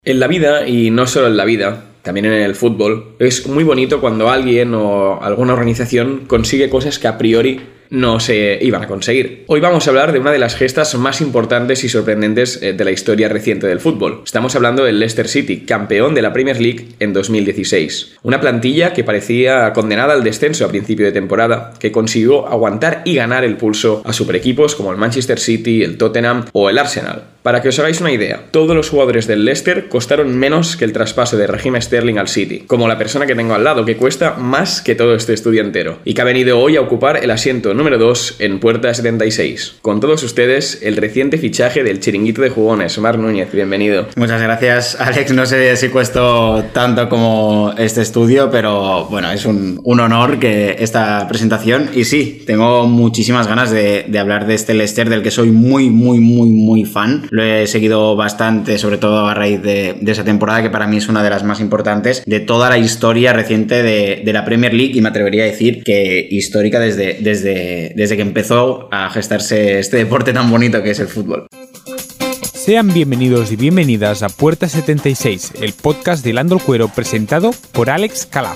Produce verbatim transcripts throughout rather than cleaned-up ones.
En la vida, y no solo en la vida, también en el fútbol, es muy bonito cuando alguien o alguna organización consigue cosas que a priori no se iban a conseguir. Hoy vamos a hablar de una de las gestas más importantes y sorprendentes de la historia reciente del fútbol. Estamos hablando del Leicester City, campeón de la Premier League en dos mil dieciséis. Una plantilla que parecía condenada al descenso a principio de temporada, que consiguió aguantar y ganar el pulso a superequipos como el Manchester City, el Tottenham o el Arsenal. Para que os hagáis una idea, todos los jugadores del Leicester costaron menos que el traspaso de Raheem Sterling al City, como la persona que tengo al lado, que cuesta más que todo este estudio entero, y que ha venido hoy a ocupar el asiento número dos en Puerta setenta y seis. Con todos ustedes, el reciente fichaje del chiringuito de jugones, Marc Núñez, bienvenido. Muchas gracias, Alex. No sé si cuesto tanto como este estudio, pero bueno, es un, un honor que esta presentación, y sí, tengo muchísimas ganas de, de hablar de este Leicester, del que soy muy, muy, muy, muy fan. Lo he seguido bastante, sobre todo a raíz de, de esa temporada, que para mí es una de las más importantes de toda la historia reciente de, de la Premier League, y me atrevería a decir que histórica desde, desde, desde que empezó a gestarse este deporte tan bonito que es el fútbol. Sean bienvenidos y bienvenidas a Puerta setenta y seis, el podcast de Hilando el Cuero presentado por Alex Calaf.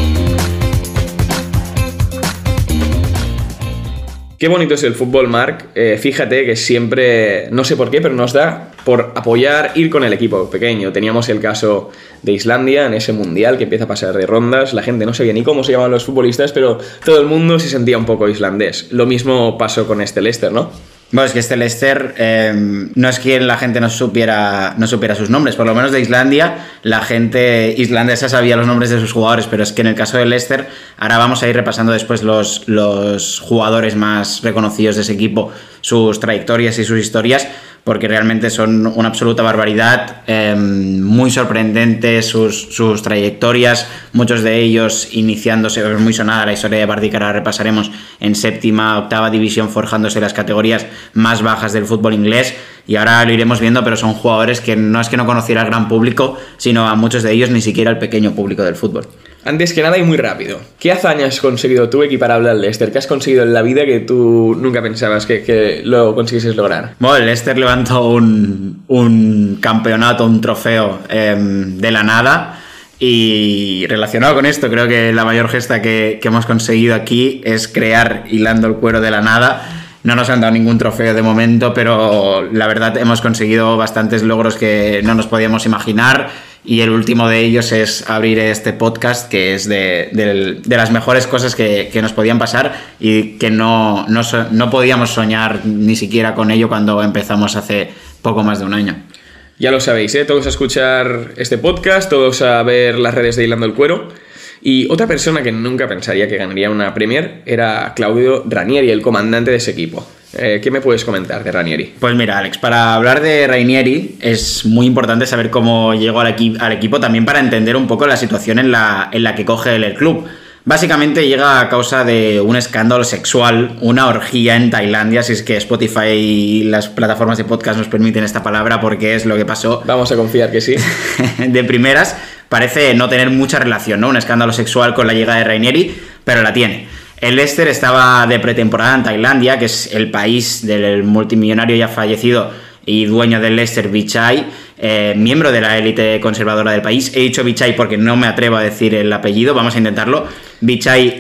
Qué bonito es el fútbol, Marc. Eh, fíjate que siempre, no sé por qué, pero nos da por apoyar, ir con el equipo pequeño. Teníamos el caso de Islandia en ese mundial que empieza a pasar de rondas. La gente no sabía ni cómo se llamaban los futbolistas, pero todo el mundo se sentía un poco islandés. Lo mismo pasó con este Leicester, ¿no? Bueno, es que este Leicester eh, no es que la gente no supiera, no supiera sus nombres, por lo menos de Islandia, la gente islandesa sabía los nombres de sus jugadores, pero es que en el caso del Leicester, ahora vamos a ir repasando después los, los jugadores más reconocidos de ese equipo, sus trayectorias y sus historias, porque realmente son una absoluta barbaridad, eh, muy sorprendentes sus, sus trayectorias, muchos de ellos iniciándose, es muy sonada la historia de Bardi, que ahora repasaremos, en séptima, octava división, forjándose las categorías más bajas del fútbol inglés, y ahora lo iremos viendo, pero son jugadores que no es que no conociera al gran público, sino a muchos de ellos ni siquiera al pequeño público del fútbol. Antes que nada y muy rápido, ¿qué hazaña has conseguido tú equiparable al Leicester? ¿Qué has conseguido en la vida que tú nunca pensabas que, que lo consiguieses lograr? Bueno, el Leicester levantó un, un campeonato, un trofeo eh, de la nada, y relacionado con esto, creo que la mayor gesta que, que hemos conseguido aquí es crear Hilando el Cuero de la nada. No nos han dado ningún trofeo de momento, pero la verdad hemos conseguido bastantes logros que no nos podíamos imaginar, y el último de ellos es abrir este podcast, que es de, de, de las mejores cosas que, que nos podían pasar y que no, no, no podíamos soñar ni siquiera con ello cuando empezamos hace poco más de un año. Ya lo sabéis, ¿eh? Todos a escuchar este podcast, todos a ver las redes de Hilando el Cuero. Y otra persona que nunca pensaría que ganaría una Premier era Claudio Ranieri, el comandante de ese equipo. Eh, ¿Qué me puedes comentar de Ranieri? Pues mira, Alex, para hablar de Ranieri es muy importante saber cómo llegó al, equi- al equipo, también para entender un poco la situación en la, en la que coge el, el club. Básicamente llega a causa de un escándalo sexual, una orgía en Tailandia, si es que Spotify y las plataformas de podcast nos permiten esta palabra, porque es lo que pasó. Vamos a confiar que sí. De primeras, parece no tener mucha relación, ¿no? Un escándalo sexual con la llegada de Ranieri, pero la tiene. El Leicester estaba de pretemporada en Tailandia, que es el país del multimillonario ya fallecido y dueño del Leicester, Vichai, eh, miembro de la élite conservadora del país. He dicho Vichai porque no me atrevo a decir el apellido, vamos a intentarlo. Vichai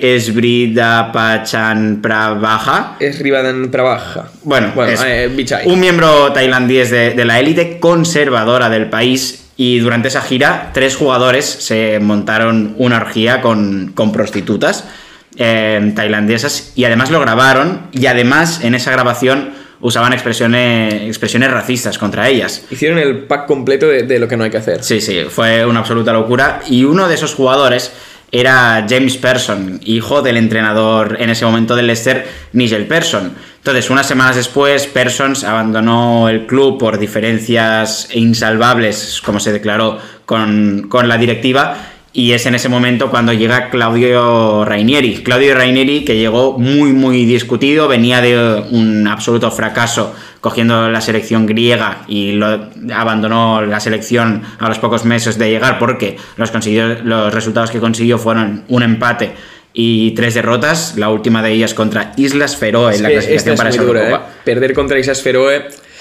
Srivaddhanaprabha. Srivaddhanaprabha. Bueno, bueno es eh, Vichai. Un miembro tailandés de, de la élite conservadora del país, y durante esa gira tres jugadores se montaron una orgía con, con prostitutas eh, tailandesas, y además lo grabaron, y además en esa grabación usaban expresiones, expresiones racistas contra ellas. Hicieron el pack completo de, de lo que no hay que hacer. Sí, sí, fue una absoluta locura. Y uno de esos jugadores era James Persson, hijo del entrenador en ese momento del Leicester, Nigel Pearson. Entonces, unas semanas después, Persson abandonó el club por diferencias insalvables, como se declaró, con, con la directiva. Y es en ese momento cuando llega Claudio Ranieri. Claudio Ranieri, que llegó muy, muy discutido, venía de un absoluto fracaso cogiendo la selección griega, y lo, abandonó la selección a los pocos meses de llegar, porque los, consiguió, los resultados que consiguió fueron un empate y tres derrotas, la última de ellas contra Islas Feroe en la clasificación para esa Eurocopa. ¿eh? Perder contra Islas Feroe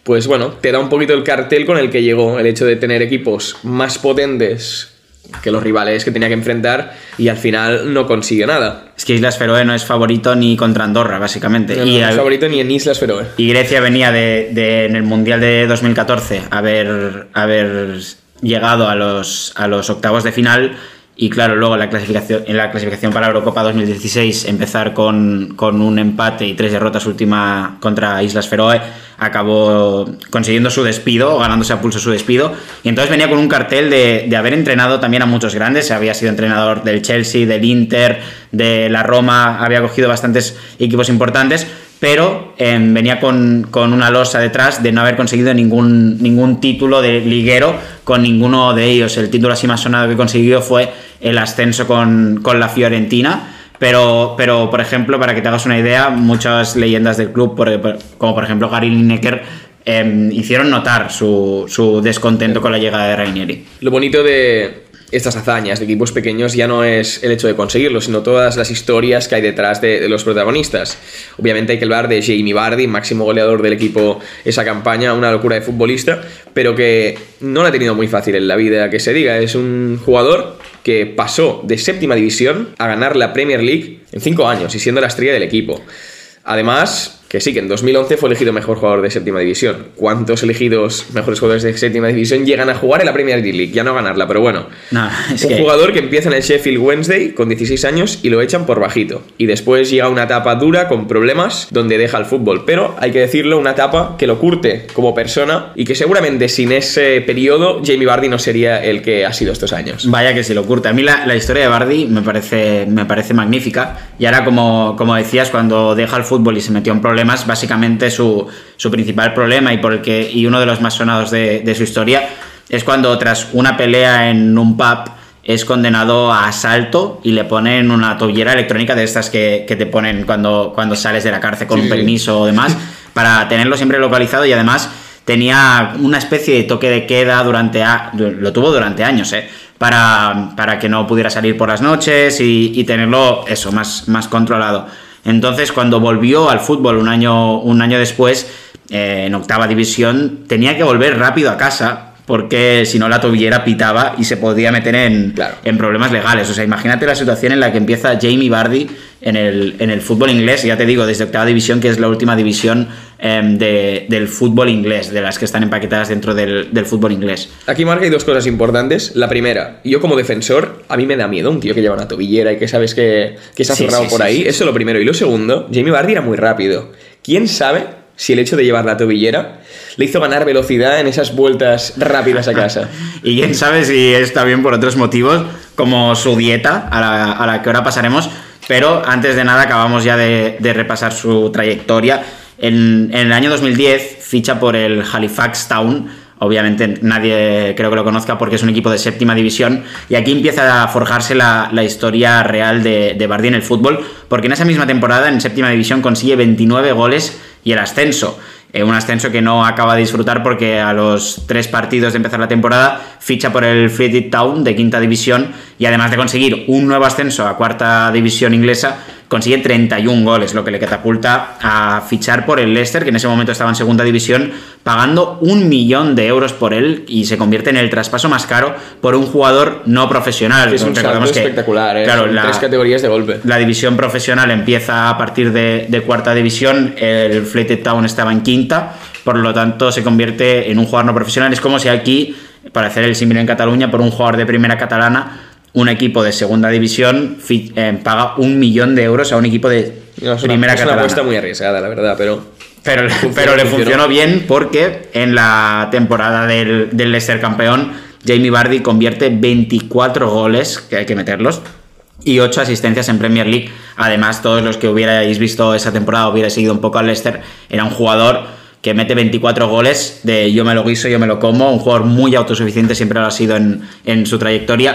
pues bueno, te da un poquito el cartel con el que llegó, el hecho de tener equipos más potentes que los rivales que tenía que enfrentar y al final no consigue nada. Es que Islas Feroe no es favorito ni contra Andorra, básicamente. No, y no es favorito ni en Islas Feroe. Y Grecia venía de, de en el Mundial de dos mil catorce haber, haber llegado a los, a los octavos de final. Y claro, luego en la clasificación, en la clasificación para la Eurocopa dos mil dieciséis empezar con, con un empate y tres derrotas última contra Islas Feroe, acabó consiguiendo su despido, ganándose a pulso su despido, y entonces venía con un cartel de, de haber entrenado también a muchos grandes. Había sido entrenador del Chelsea, del Inter, de la Roma, había cogido bastantes equipos importantes, pero eh, venía con, con una losa detrás de no haber conseguido ningún, ningún título de liguero con ninguno de ellos. El título así más sonado que consiguió fue el ascenso con, con la Fiorentina, pero, pero por ejemplo, para que te hagas una idea, muchas leyendas del club, por, por, como por ejemplo Gary Lineker, eh, hicieron notar su, su descontento con la llegada de Ranieri. Lo bonito de estas hazañas de equipos pequeños ya no es el hecho de conseguirlo, sino todas las historias que hay detrás de, de los protagonistas. Obviamente hay que hablar de Jamie Vardy, máximo goleador del equipo esa campaña, una locura de futbolista, pero que no lo ha tenido muy fácil en la vida, que se diga. Es un jugador que pasó de séptima división a ganar la Premier League en cinco años y siendo la estrella del equipo. Además, que sí, que en dos mil once fue elegido mejor jugador de séptima división. ¿Cuántos elegidos mejores jugadores de séptima división llegan a jugar en la Premier League? Ya no a ganarla, pero bueno. No, es un que... jugador que empieza en el Sheffield Wednesday con dieciséis años y lo echan por bajito. Y después llega una etapa dura con problemas donde deja el fútbol. Pero hay que decirlo, una etapa que lo curte como persona y que seguramente sin ese periodo Jamie Vardy no sería el que ha sido estos años. Vaya que sí lo curte. A mí la, la historia de Vardy me parece, me parece magnífica. Y ahora, como, como decías, cuando deja el fútbol y se metió en problemas, básicamente su, su principal problema y, por el que, y uno de los más sonados de, de su historia es cuando tras una pelea en un pub es condenado a asalto y le ponen una tobillera electrónica de estas que, que te ponen cuando, cuando sales de la cárcel con sí, un permiso sí. o demás, para tenerlo siempre localizado. Y además tenía una especie de toque de queda durante a, lo tuvo durante años, ¿eh? para, para que no pudiera salir por las noches y, y tenerlo eso más, más controlado. Entonces, cuando volvió al fútbol un año, un año después, eh, en octava división, tenía que volver rápido a casa, porque si no la tobillera pitaba y se podía meter en, claro. en problemas legales. O sea, imagínate la situación en la que empieza Jamie Vardy en el, en el fútbol inglés, ya te digo, desde octava división, que es la última división eh, de, del fútbol inglés, de las que están empaquetadas dentro del, del fútbol inglés. Aquí, Marc, hay dos cosas importantes. La primera, yo como defensor, a mí me da miedo un tío que lleva una tobillera y que sabes que, que se ha cerrado sí, sí, por sí, ahí. Sí, Eso es lo primero. Y lo segundo, Jamie Vardy era muy rápido. ¿Quién sabe si el hecho de llevar la tobillera le hizo ganar velocidad en esas vueltas rápidas a casa? Y quién sabe si es también por otros motivos, como su dieta, a la, a la que ahora pasaremos. Pero antes de nada acabamos ya de, de repasar su trayectoria. En, en el año dos mil diez ficha por el Halifax Town. Obviamente nadie creo que lo conozca porque es un equipo de séptima división, y aquí empieza a forjarse la, la historia real de, de Vardy en el fútbol, porque en esa misma temporada en séptima división consigue veintinueve goles y el ascenso. Eh, un ascenso que no acaba de disfrutar porque a los tres partidos de empezar la temporada ficha por el Fleetwood Town de quinta división, y además de conseguir un nuevo ascenso a cuarta división inglesa, consigue treinta y un goles, lo que le catapulta a fichar por el Leicester, que en ese momento estaba en segunda división, pagando un millón de euros por él, y se convierte en el traspaso más caro por un jugador no profesional. Es un salto espectacular, ¿eh? Claro, Son la, tres categorías de golpe. La división profesional empieza a partir de, de cuarta división, el Fleetwood Town estaba en quinta, por lo tanto se convierte en un jugador no profesional. Es como si aquí, para hacer el símil en Cataluña, por un jugador de primera catalana, un equipo de segunda división eh, paga un millón de euros a un equipo de no, es primera una, catalana. Es una apuesta muy arriesgada, la verdad, pero... Pero, pero le funcionó bien, porque en la temporada del, del Leicester campeón, Jamie Vardy convierte veinticuatro goles, que hay que meterlos, y ocho asistencias en Premier League. Además, todos los que hubierais visto esa temporada, hubierais seguido un poco al Leicester, era un jugador que mete veinticuatro goles de yo me lo guiso, yo me lo como, un jugador muy autosuficiente, siempre lo ha sido en, en su trayectoria.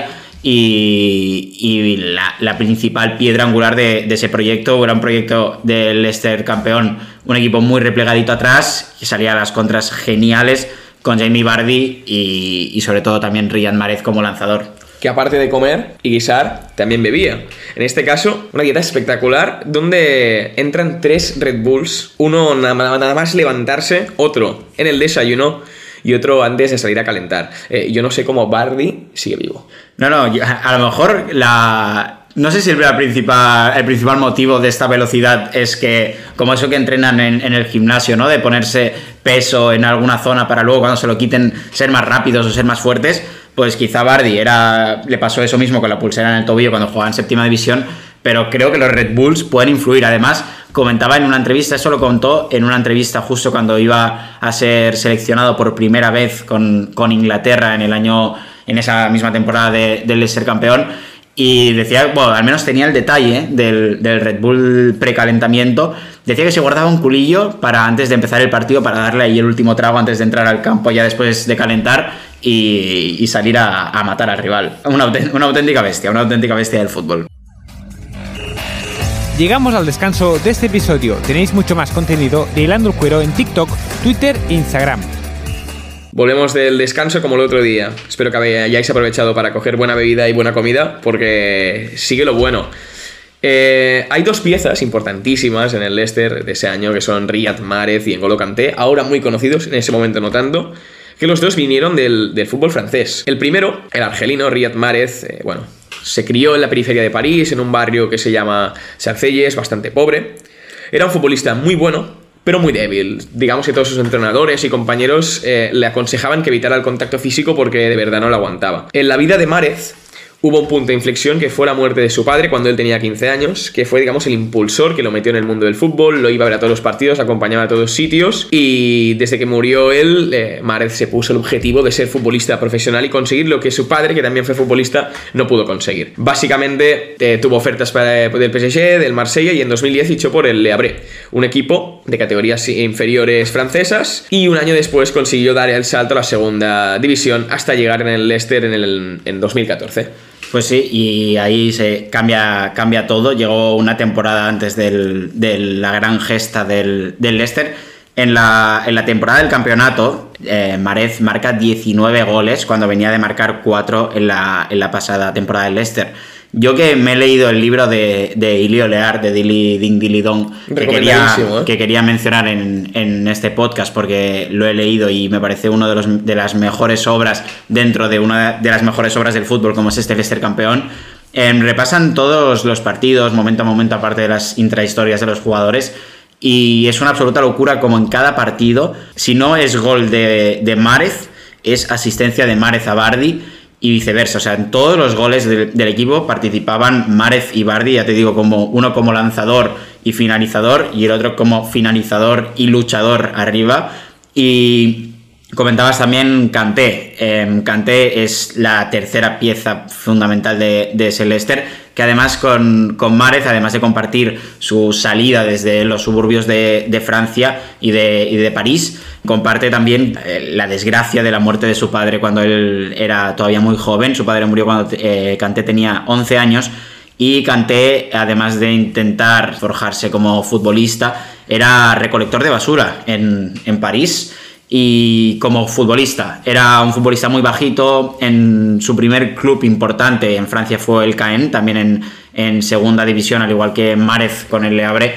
Y, y la, la principal piedra angular de, de ese proyecto era un proyecto del Leicester campeón, un equipo muy replegadito atrás, que salía a las contras geniales con Jamie Vardy y, y sobre todo también Riyad Mahrez como lanzador. Que que aparte de comer y guisar, también bebía. En este caso, una dieta espectacular donde entran tres Red Bulls, uno nada más levantarse, otro en el desayuno y otro antes de salir a calentar. Eh, yo no sé cómo Vardy sigue vivo. No, no, a lo mejor la... No sé si el principal, el principal motivo de esta velocidad es que, como eso que entrenan en, en el gimnasio, ¿no? De ponerse peso en alguna zona para luego cuando se lo quiten ser más rápidos o ser más fuertes, pues quizá Vardy era, le pasó eso mismo con la pulsera en el tobillo cuando jugaba en séptima división, pero creo que los Red Bulls pueden influir. Además, comentaba en una entrevista, eso lo contó en una entrevista justo cuando iba a ser seleccionado por primera vez con, con Inglaterra en el año, en esa misma temporada de, del ser campeón. Y decía, bueno, al menos tenía el detalle del, del Red Bull precalentamiento. Decía que se guardaba un culillo para antes de empezar el partido, para darle ahí el último trago antes de entrar al campo, ya después de calentar y, y salir a, a matar al rival. Una, una auténtica bestia, una auténtica bestia del fútbol. Llegamos al descanso de este episodio. Tenéis mucho más contenido de Hilando el Cuero en TikTok, Twitter e Instagram. Volvemos del descanso como el otro día. Espero que hayáis aprovechado para coger buena bebida y buena comida, porque sigue lo bueno. Eh, hay dos piezas importantísimas en el Leicester de ese año, que son Riyad Mahrez y N'Golo Kanté, ahora muy conocidos, en ese momento no tanto, que los dos vinieron del, del fútbol francés. El primero, el argelino, Riyad Mahrez, eh, bueno, se crió en la periferia de París, en un barrio que se llama Sarcelles, bastante pobre. Era un futbolista muy bueno, pero muy débil. Digamos que todos sus entrenadores y compañeros eh, le aconsejaban que evitara el contacto físico porque de verdad no lo aguantaba. En la vida de Mahrez hubo un punto de inflexión que fue la muerte de su padre cuando él tenía quince años, que fue, digamos, el impulsor que lo metió en el mundo del fútbol, lo iba a ver a todos los partidos, acompañaba a todos sitios, y desde que murió él, eh, Mahrez se puso el objetivo de ser futbolista profesional y conseguir lo que su padre, que también fue futbolista, no pudo conseguir. Básicamente eh, tuvo ofertas para, del P S G, del Marsella, y en dos mil diez fichó por el Le Havre, un equipo de categorías inferiores francesas, y un año después consiguió dar el salto a la segunda división hasta llegar en el Leicester en, el, en dos mil catorce. Pues sí, y ahí se cambia, cambia todo. Llegó una temporada antes del, de la gran gesta del, del Leicester. En la, en la temporada del campeonato, eh, Mahrez marca diecinueve goles cuando venía de marcar cuatro en la, en la pasada temporada del Leicester. Yo que me he leído el libro de, de Ilio Lear, de Dilly Ding Dilly Dong, que quería, ¿eh? que quería mencionar en, en este podcast porque lo he leído y me parece una de, los, de las mejores obras dentro de una de las mejores obras del fútbol, como es este Leicester campeón. Eh, repasan todos los partidos, momento a momento, aparte de las intrahistorias de los jugadores. Y es una absoluta locura como en cada partido, si no es gol de, de Mahrez, es asistencia de Mahrez a Vardy y viceversa. O sea, en todos los goles de, del equipo participaban Mahrez y Vardy, ya te digo, como uno como lanzador y finalizador y el otro como finalizador y luchador arriba. Y comentabas también Kanté. Eh, Kanté es la tercera pieza fundamental de, de ese Leicester, que además con, con Mahrez, además de compartir su salida desde los suburbios de, de Francia y de, y de París, comparte también eh, la desgracia de la muerte de su padre cuando él era todavía muy joven. Su padre murió cuando eh, Kanté tenía once años, y Kanté, además de intentar forjarse como futbolista, era recolector de basura en, en París. Y como futbolista, era un futbolista muy bajito. En su primer club importante en Francia fue el Caen, también en, en segunda división, al igual que Mahrez con el Le Havre,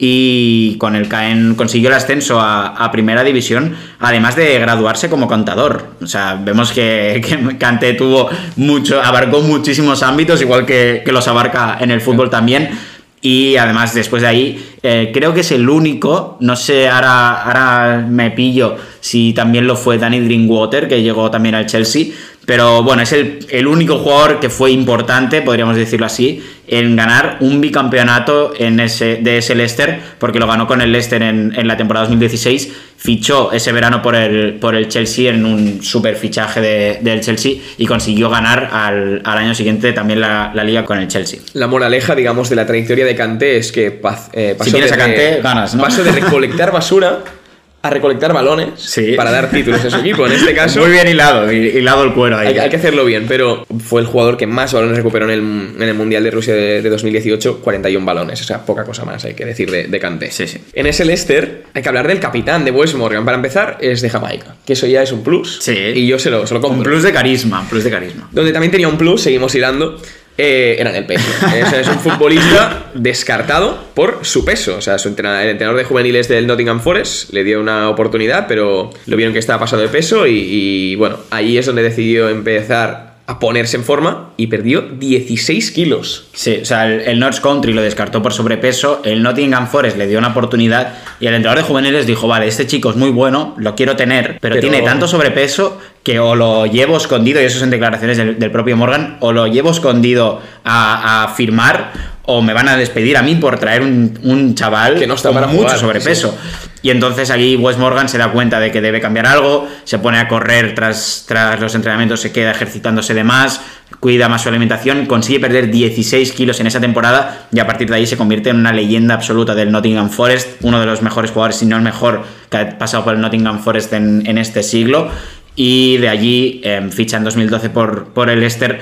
y con el Caen consiguió el ascenso a, a primera división, además de graduarse como contador. O sea, vemos que, que Kanté tuvo mucho, abarcó muchísimos ámbitos, igual que, que los abarca en el fútbol también. Y además, después de ahí, eh, creo que es el único, no sé, ahora, ahora me pillo si también lo fue Danny Drinkwater, que llegó también al Chelsea, pero bueno, es el, el único jugador que fue importante, podríamos decirlo así, en ganar un bicampeonato en ese, de ese Leicester, porque lo ganó con el Leicester en, en la temporada dos mil dieciséis, fichó ese verano por el, por el Chelsea en un super fichaje de, del Chelsea y consiguió ganar al, al año siguiente también la, la liga con el Chelsea. La moraleja, digamos, de la trayectoria de Kanté es que eh, pasó, si tienes de, a Kanté, ganas, ¿no? pasó de recolectar basura a recolectar balones sí. para dar títulos a su equipo. En este caso... Muy bien hilado, hilado el cuero ahí. Hay, hay que hacerlo bien, pero fue el jugador que más balones recuperó en el, en el Mundial de Rusia de, de dos mil dieciocho, cuarenta y un balones. O sea, poca cosa más hay que decir de, de Kanté. Sí, sí. En ese Leicester hay que hablar del capitán de Wes Morgan. Para empezar, es de Jamaica, que eso ya es un plus. Sí. Y yo se lo, se lo compro. Un plus de carisma, un plus de carisma. Donde también tenía un plus, seguimos hilando, eh, era en el peso. Es, es un futbolista descartado por su peso. O sea, su entrenador, el entrenador de juveniles del Nottingham Forest le dio una oportunidad, pero lo vieron que estaba pasado de peso y, y bueno, ahí es donde decidió empezar a ponerse en forma y perdió dieciséis kilos. Sí, o sea, el, el Notts Country lo descartó por sobrepeso, el Nottingham Forest le dio una oportunidad y el entrenador de juveniles dijo, vale, este chico es muy bueno, lo quiero tener, pero, pero... tiene tanto sobrepeso que o lo llevo escondido, y eso son declaraciones del, del propio Morgan, o lo llevo escondido a, a firmar o me van a despedir a mí por traer un, un chaval que no está con para mucho jugar, sobrepeso. Sí. Y entonces aquí Wes Morgan se da cuenta de que debe cambiar algo, se pone a correr tras, tras los entrenamientos, se queda ejercitándose de más, cuida más su alimentación, consigue perder dieciséis kilos en esa temporada y a partir de ahí se convierte en una leyenda absoluta del Nottingham Forest, uno de los mejores jugadores, si no el mejor, que ha pasado por el Nottingham Forest en, en este siglo. Y de allí eh, ficha en dos mil doce por, por el Leicester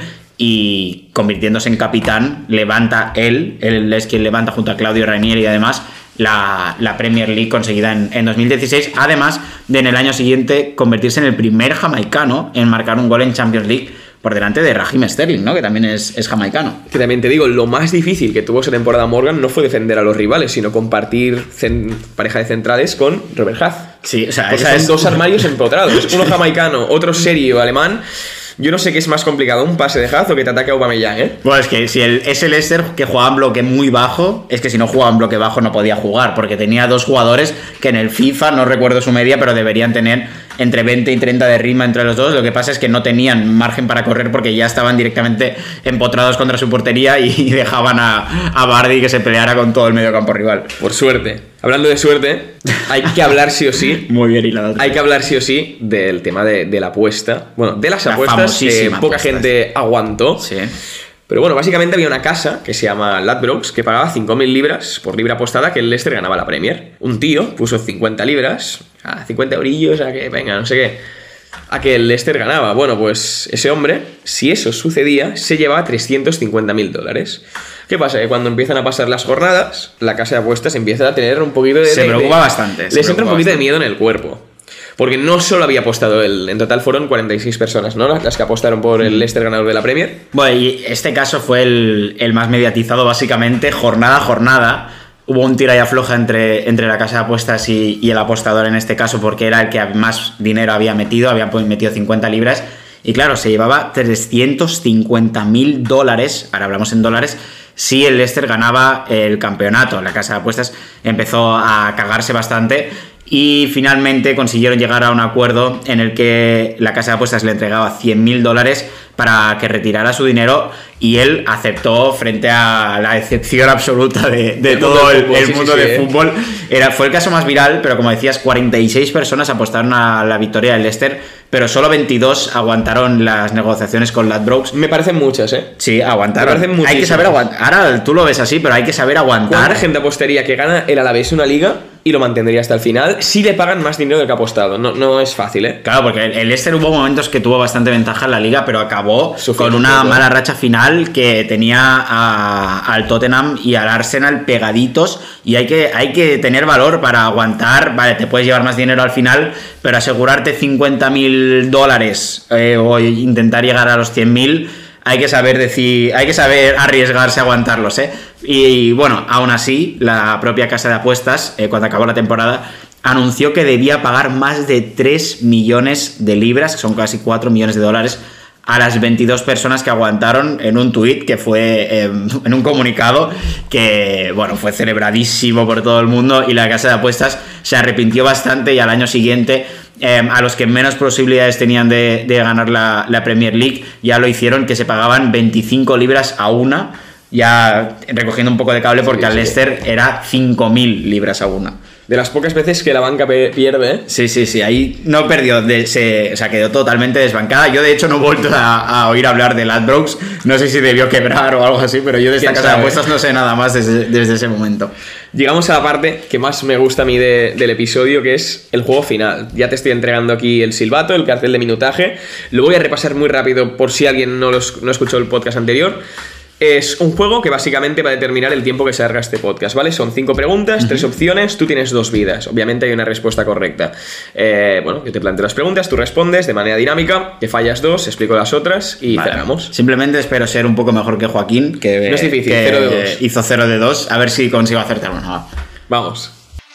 y convirtiéndose en capitán, levanta él, él es quien levanta junto a Claudio Ranieri y además la, la Premier League conseguida en, en dos mil dieciséis, además de en el año siguiente convertirse en el primer jamaicano en marcar un gol en Champions League por delante de Raheem Sterling, ¿no? Que también es, es jamaicano. Que también te digo, lo más difícil que tuvo esa temporada Morgan no fue defender a los rivales, sino compartir cen- pareja de centrales con Robert Huth. Sí, o sea, porque esa son es... dos armarios empotrados, uno jamaicano, otro serio alemán. Yo no sé qué es más complicado, un pase de Huth o que te ataque a Aubameyang, ¿eh? Bueno, es que si el, es el Leicester que jugaba en bloque muy bajo, es que si no jugaba en bloque bajo no podía jugar, porque tenía dos jugadores que en el FIFA, no recuerdo su media, pero deberían tener entre veinte y treinta de rima entre los dos. Lo que pasa es que no tenían margen para correr porque ya estaban directamente empotrados contra su portería y dejaban a, a Vardy que se peleara con todo el mediocampo rival. Por suerte. Hablando de suerte, hay que hablar sí o sí. Muy bien hilado. Hay que hablar sí o sí del tema de, de la apuesta. Bueno, de las la apuestas que poca apuesta, gente aguantó. Sí. Pero bueno, básicamente había una casa que se llama Ladbrokes que pagaba cinco mil libras por libra apostada que el Leicester ganaba la Premier. Un tío puso cincuenta libras, a cincuenta eurillos, a que venga, no sé qué, a que el Leicester ganaba. Bueno, pues ese hombre, si eso sucedía, se llevaba trescientos cincuenta mil dólares. ¿Qué pasa? Que cuando empiezan a pasar las jornadas, la casa de apuestas empieza a tener un poquito de... Se de, preocupa de, bastante. Les entra un poquito bastante de miedo en el cuerpo. Porque no solo había apostado él, en total fueron cuarenta y seis personas, ¿no? Las que apostaron por el Leicester ganador de la Premier. Bueno, y este caso fue el, el más mediatizado básicamente, jornada a jornada. Hubo un tira y afloja entre, entre la casa de apuestas y, y el apostador en este caso, porque era el que más dinero había metido, había metido cincuenta libras. Y claro, se llevaba trescientos cincuenta mil dólares, ahora hablamos en dólares, si el Leicester ganaba el campeonato. La casa de apuestas empezó a cagarse bastante y finalmente consiguieron llegar a un acuerdo en el que la casa de apuestas le entregaba cien mil dólares para que retirara su dinero y él aceptó frente a la excepción absoluta de, de el todo el, el mundo sí, sí, del sí, fútbol. Era, fue el caso más viral, pero como decías, cuarenta y seis personas apostaron a la victoria del Leicester, pero solo veintidós aguantaron las negociaciones con Ladbrokes. Me parecen muchas, ¿eh? Sí, aguantaron. Me parecen muchísimas. Hay que saber aguantar. Ahora tú lo ves así, pero hay que saber aguantar. ¿Cuánta gente apostaría que gana el Alavés una liga y lo mantendría hasta el final si le pagan más dinero del que ha apostado? No, no es fácil, ¿eh? Claro, porque el Leicester hubo momentos que tuvo bastante ventaja en la liga, pero acabó Sufriendo con una todo. mala racha final que tenía a, al Tottenham y al Arsenal pegaditos, y hay que, hay que tener valor para aguantar. Vale, te puedes llevar más dinero al final, pero asegurarte cincuenta mil dólares eh, o intentar llegar a los cien mil, hay que saber decir, hay que saber arriesgarse a aguantarlos, ¿eh? Y bueno, aún así, la propia casa de apuestas, eh, cuando acabó la temporada, anunció que debía pagar más de tres millones de libras, que son casi cuatro millones de dólares, a las veintidós personas que aguantaron, en un tuit que fue, eh, en un comunicado que, bueno, fue celebradísimo por todo el mundo, y la casa de apuestas se arrepintió bastante y al año siguiente eh, a los que menos posibilidades tenían de, de ganar la, la Premier League ya lo hicieron, que se pagaban veinticinco libras a una, ya recogiendo un poco de cable, porque sí, al Leicester sí. era cinco mil libras a una. De las pocas veces que la banca pe- pierde, ¿eh? Sí, sí, sí, ahí no perdió, de, se, o sea, quedó totalmente desbancada. Yo, de hecho, no he vuelto a, a oír hablar de Ladbrokes. No sé si debió quebrar o algo así, pero yo de esta ¿Quién casa sabe? de apuestas no sé nada más desde, desde ese momento. Llegamos a la parte que más me gusta a mí de- del episodio, que es el juego final. Ya te estoy entregando aquí el silbato, el cartel de minutaje. Lo voy a repasar muy rápido por si alguien no, los, no escuchó el podcast anterior. Es un juego que básicamente va a determinar el tiempo que se alarga este podcast, ¿vale? Son cinco preguntas, uh-huh. tres opciones, tú tienes dos vidas. Obviamente hay una respuesta correcta. Eh, bueno, yo te planteo las preguntas, tú respondes de manera dinámica, te fallas dos, explico las otras y vale. cerramos. Simplemente espero ser un poco mejor que Joaquín, que, no es difícil, que cero de dos. hizo cero de dos. A ver si consigo acertar una. Vamos.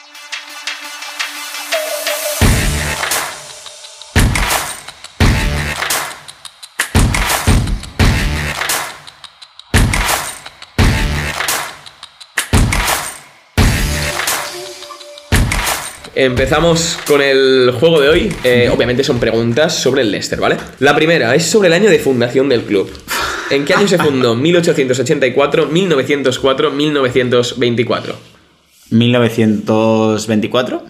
Empezamos con el juego de hoy. Eh, obviamente son preguntas sobre el Leicester, ¿vale? La primera es sobre el año de fundación del club. ¿En qué año se fundó? ¿mil ochocientos ochenta y cuatro, mil novecientos cuatro, mil novecientos veinticuatro? ¿mil novecientos veinticuatro?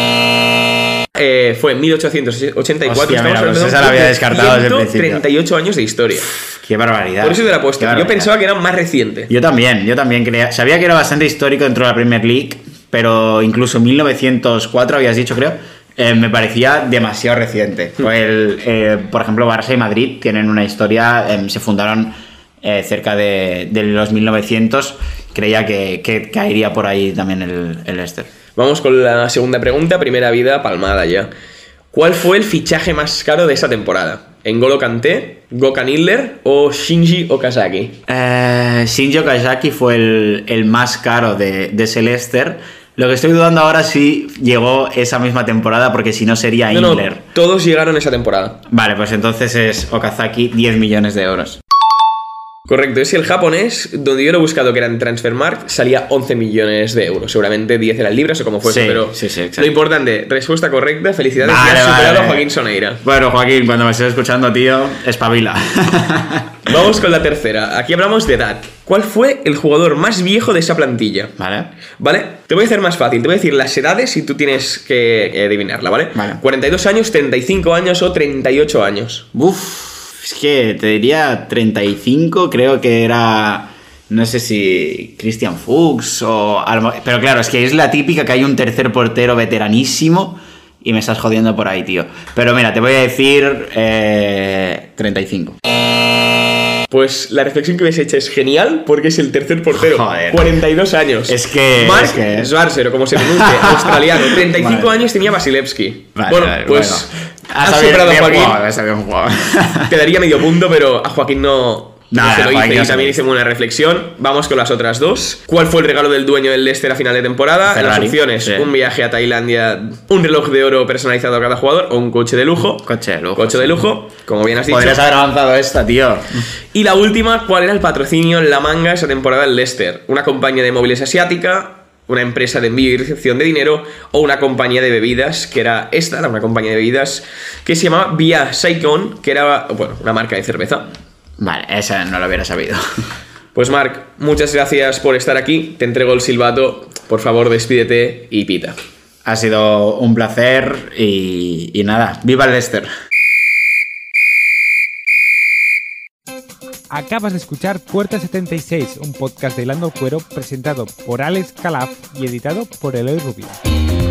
Eh, fue en mil ochocientos ochenta y cuatro. Hostia, Estamos mira, hablando pues de esa la había descartado desde el ciento principio. treinta y ocho años de historia. Qué barbaridad. Por eso te la he puesto. Qué Yo barbaridad. pensaba que era más reciente. Yo también, yo también creía. Sabía que era bastante histórico dentro de la Premier League, pero incluso mil novecientos cuatro habías dicho, creo, eh, me parecía demasiado reciente. Pues el, eh, por ejemplo, Barça y Madrid tienen una historia, eh, se fundaron eh, cerca de, de los mil novecientos. Creía que, que caería por ahí también el, el Leicester. Vamos con la segunda pregunta. Primera vida palmada ya. ¿Cuál fue el fichaje más caro de esa temporada? ¿N'Golo Kanté, Gökhan Inler o Shinji Okazaki? Eh, Shinji Okazaki fue el, el más caro de, de ese Leicester. Lo que estoy dudando ahora si llegó esa misma temporada, porque si no sería No, Inler. no, todos llegaron esa temporada. Vale, pues entonces es Okazaki, diez millones de euros. Correcto, es el japonés, donde yo lo he buscado que era en Transfermarkt, salía once millones de euros. Seguramente diez eran libras o como fuese, Sí, pero sí, sí, exacto. lo importante, respuesta correcta, felicidades, Vale, ya has superado vale. a Joaquín Soneira. Bueno, Joaquín, cuando me estés escuchando, tío, espabila. Vamos con la tercera, aquí hablamos de edad. ¿Cuál fue el jugador más viejo de esa plantilla? Vale. ¿Vale? Te voy a hacer más fácil, te voy a decir las edades y tú tienes que eh, adivinarla, ¿vale? Vale. cuarenta y dos años, treinta y cinco años o treinta y ocho años. Uf, es que te diría treinta y cinco, creo que era... No sé si Christian Fuchs o... algo- Pero claro, es que es la típica que hay un tercer portero veteranísimo y me estás jodiendo por ahí, tío. Pero mira, te voy a decir eh, treinta y cinco. Pues la reflexión que habéis hecho es genial porque es el tercer portero. Joder. cuarenta y dos años. Es que- Mark es que- Schwarzer, o como se pronuncia, australiano. treinta y cinco Vale. años tenía Vasilevski. Vale, bueno, vale, pues bueno. has Has superado a bien Joaquín. jugado, has bien jugado. Te daría medio punto, pero a Joaquín no... Nada, no se lo hice Joaquín y no se también lo hice una reflexión. Vamos con las otras dos. ¿Cuál fue el regalo del dueño del Leicester a final de temporada? Ferrari, Las opciones: sí. un viaje a Tailandia, un reloj de oro personalizado a cada jugador o un coche de lujo. Coche de lujo, Coche de sí. lujo, como bien has dicho. Podrías haber avanzado esta, tío. Y la última, ¿cuál era el patrocinio en la manga esa temporada del Leicester? ¿Una compañía de móviles asiática, una empresa de envío y recepción de dinero o una compañía de bebidas, que era esta, era una compañía de bebidas que se llamaba Via Saikon, que era, bueno, una marca de cerveza? Vale, esa no lo hubiera sabido. Pues Marc, muchas gracias por estar aquí, te entrego el silbato, por favor despídete y pita. Ha sido un placer y, y nada, ¡viva el Leicester! Acabas de escuchar Puerta setenta y seis, un podcast de Lando Cuero presentado por Alex Calaf y editado por Eloy Rubio.